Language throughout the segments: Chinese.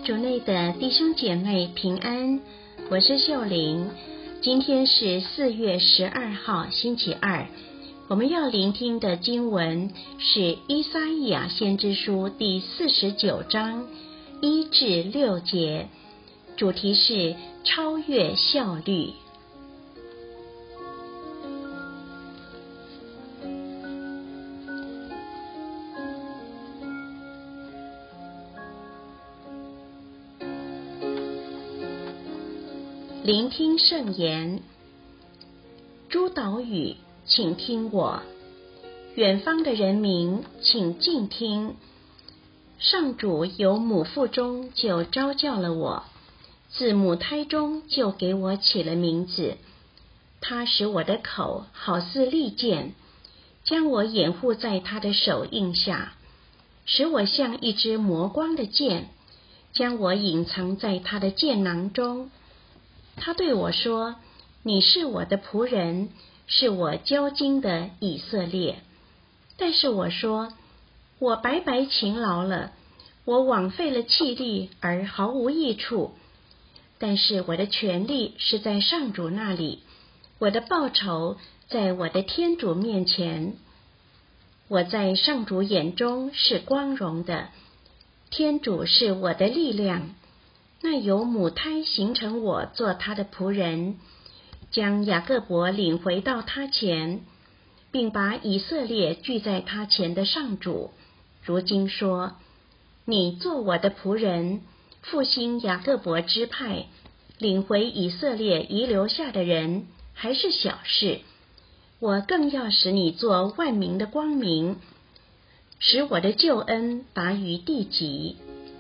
主内的弟兄姐妹平安，我是秀玲。今天是4月12号星期二，我们要聆听的经文是以赛亚先知书第49章1至6节，主题是超越效率。聆听圣言。诸岛屿，请听我；远方的人民，请静听。上主由母腹中就召叫了我，自母胎中就给我起了名字。他使我的口好似利剑，将我掩护在他的手印下，使我像一支磨光的剑，将我隐藏在他的剑囊中。他对我说：你是我的仆人，是我交精的以色列。但是我说：我白白勤劳了，我枉费了气力而毫无益处。但是我的权力是在上主那里，我的报酬在我的天主面前。我在上主眼中是光荣的，天主是我的力量。那由母胎形成我做他的仆人，将雅各伯领回到他前，并把以色列聚在他前的上主，如今说：你做我的仆人，复兴雅各伯支派，领回以色列遗留下的人，还是小事。我更要使你做万民的光明，使我的救恩达于地极。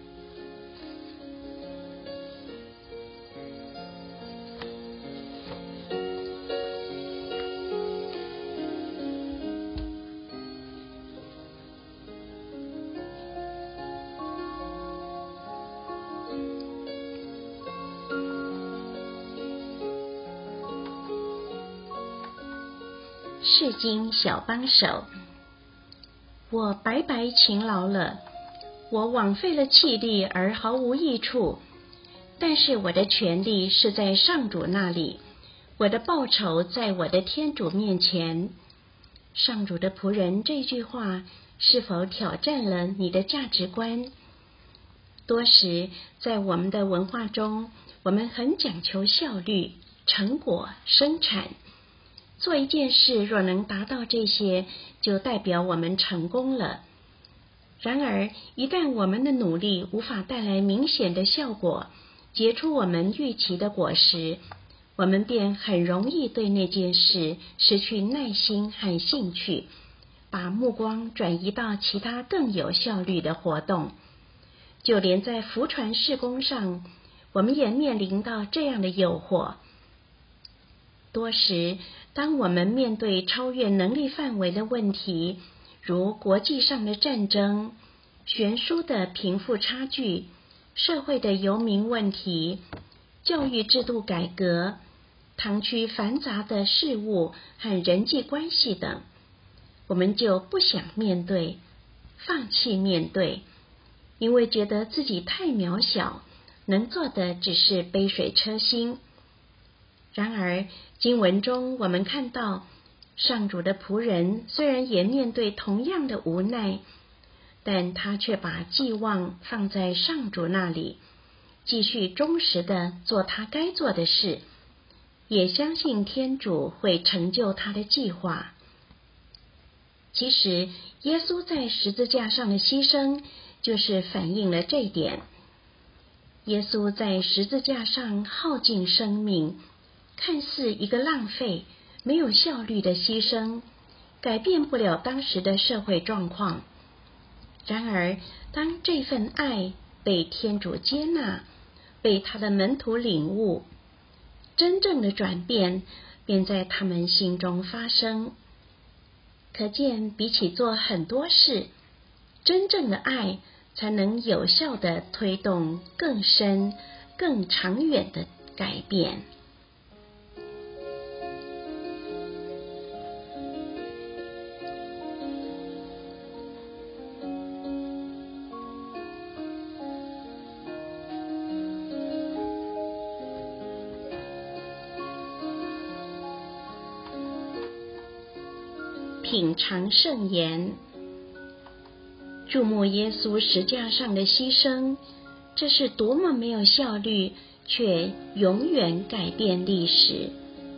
释经小帮手。我白白勤劳了，我枉费了气力而毫无益处。但是我的权力是在上主那里，我的报酬在我的天主面前。上主的仆人这句话是否挑战了你的价值观？多时在我们的文化中，我们很讲求效率、成果、生产。做一件事若能达到这些，就代表我们成功了。然而，一旦我们的努力无法带来明显的效果，结出我们预期的果实，我们便很容易对那件事失去耐心和兴趣，把目光转移到其他更有效率的活动。就连在福传事工上，我们也面临到这样的诱惑。多时，当我们面对超越能力范围的问题，如国际上的战争、悬殊的贫富差距、社会的游民问题、教育制度改革、堂区繁杂的事务和人际关系等，我们就不想面对，放弃面对，因为觉得自己太渺小，能做的只是杯水车薪。然而，经文中我们看到，上主的仆人虽然也面对同样的无奈，但他却把寄望放在上主那里，继续忠实地做他该做的事，也相信天主会成就他的计划。其实，耶稣在十字架上的牺牲，就是反映了这一点。耶稣在十字架上耗尽生命，看似一个浪费、没有效率的牺牲，改变不了当时的社会状况。然而，当这份爱被天主接纳，被他的门徒领悟，真正的转变便在他们心中发生。可见，比起做很多事，真正的爱才能有效地推动更深、更长远的改变。 品尝圣言。注目耶稣石架上的牺牲，这是多么没有效率，却永远改变历史。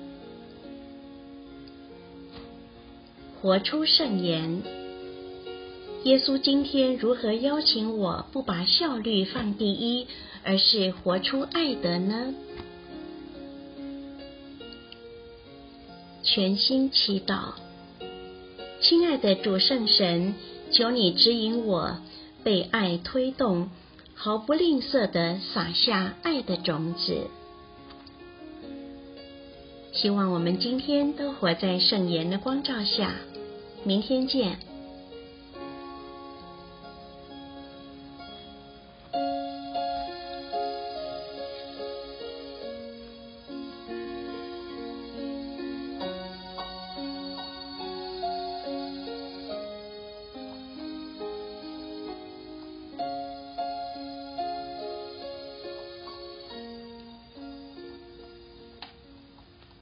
活出圣言。耶稣今天如何邀请我不把效率放第一，而是活出爱德呢？全心祈祷。亲爱的主圣神，求你指引我被爱推动，毫不吝啬地撒下爱的种子。希望我们今天都活在圣言的光照下。明天见。